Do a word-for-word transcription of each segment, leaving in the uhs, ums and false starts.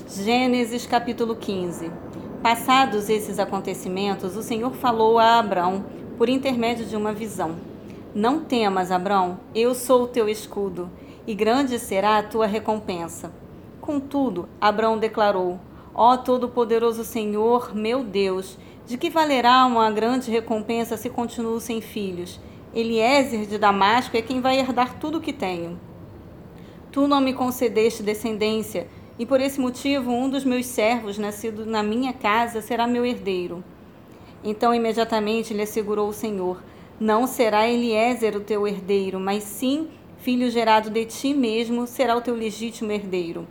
Gênesis capítulo quinze. Passados esses acontecimentos, o Senhor falou a Abrão por intermédio de uma visão. Não temas, Abrão, eu sou o teu escudo, e grande será a tua recompensa. Contudo, Abrão declarou: Ó Todo-Poderoso Senhor, meu Deus, de que valerá uma grande recompensa se continuo sem filhos? Eliezer de Damasco é quem vai herdar tudo o que tenho. Tu não me concedeste descendência, e por esse motivo um dos meus servos, nascido na minha casa, será meu herdeiro. Então imediatamente lhe assegurou o Senhor: Não será Eliezer o teu herdeiro, mas sim filho gerado de ti mesmo será o teu legítimo herdeiro.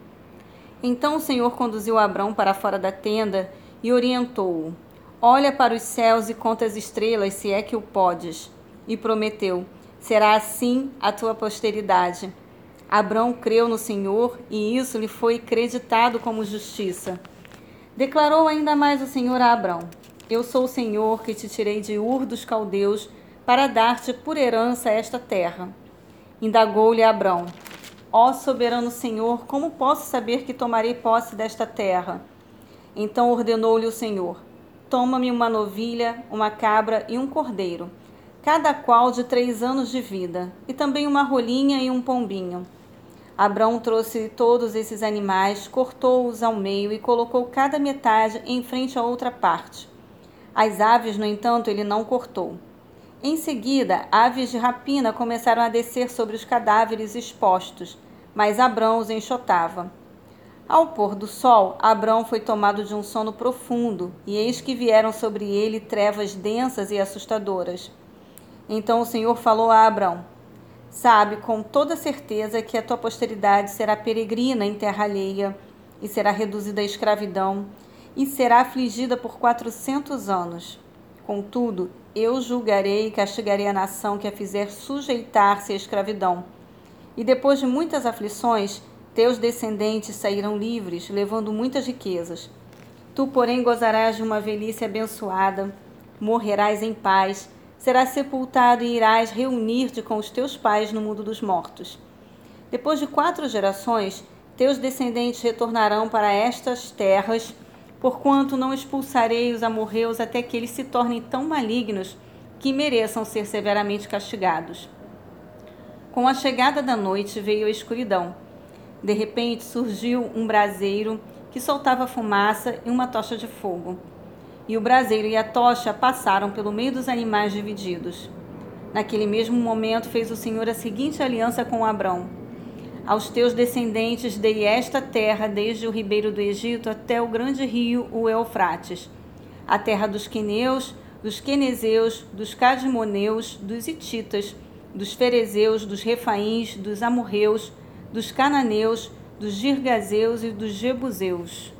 Então o Senhor conduziu Abrão para fora da tenda e orientou-o: Olha para os céus e conta as estrelas, se é que o podes. E prometeu: Será assim a tua posteridade. Abrão creu no Senhor, e isso lhe foi creditado como justiça. Declarou ainda mais o Senhor a Abrão: Eu sou o Senhor que te tirei de Ur dos Caldeus para dar-te por herança esta terra. Indagou-lhe Abrão: Ó soberano Senhor, como posso saber que tomarei posse desta terra? Então ordenou-lhe o Senhor: Toma-me uma novilha, uma cabra e um cordeiro, cada qual de três anos de vida, e também uma rolinha e um pombinho. Abrão trouxe todos esses animais, cortou-os ao meio e colocou cada metade em frente à outra parte. As aves, no entanto, ele não cortou. Em seguida, aves de rapina começaram a descer sobre os cadáveres expostos, mas Abrão os enxotava. Ao pôr do sol, Abrão foi tomado de um sono profundo, e eis que vieram sobre ele trevas densas e assustadoras. Então o Senhor falou a Abrão: Sabe com toda certeza que a tua posteridade será peregrina em terra alheia, e será reduzida à escravidão, e será afligida por quatrocentos anos. Contudo, eu julgarei e castigarei a nação que a fizer sujeitar-se à escravidão. E depois de muitas aflições, teus descendentes sairão livres, levando muitas riquezas. Tu, porém, gozarás de uma velhice abençoada, morrerás em paz, serás sepultado e irás reunir-te com os teus pais no mundo dos mortos. Depois de quatro gerações, teus descendentes retornarão para estas terras, porquanto não expulsarei os amorreus até que eles se tornem tão malignos que mereçam ser severamente castigados. Com a chegada da noite veio a escuridão. De repente surgiu um braseiro que soltava fumaça e uma tocha de fogo. E o braseiro e a tocha passaram pelo meio dos animais divididos. Naquele mesmo momento fez o Senhor a seguinte aliança com Abrão: Aos teus descendentes dei esta terra, desde o ribeiro do Egito até o grande rio, o Eufrates, a terra dos queneus, dos quenezeus, dos cadmoneus, dos hititas, dos ferezeus, dos refaíns, dos amorreus, dos cananeus, dos girgazeus e dos jebuseus.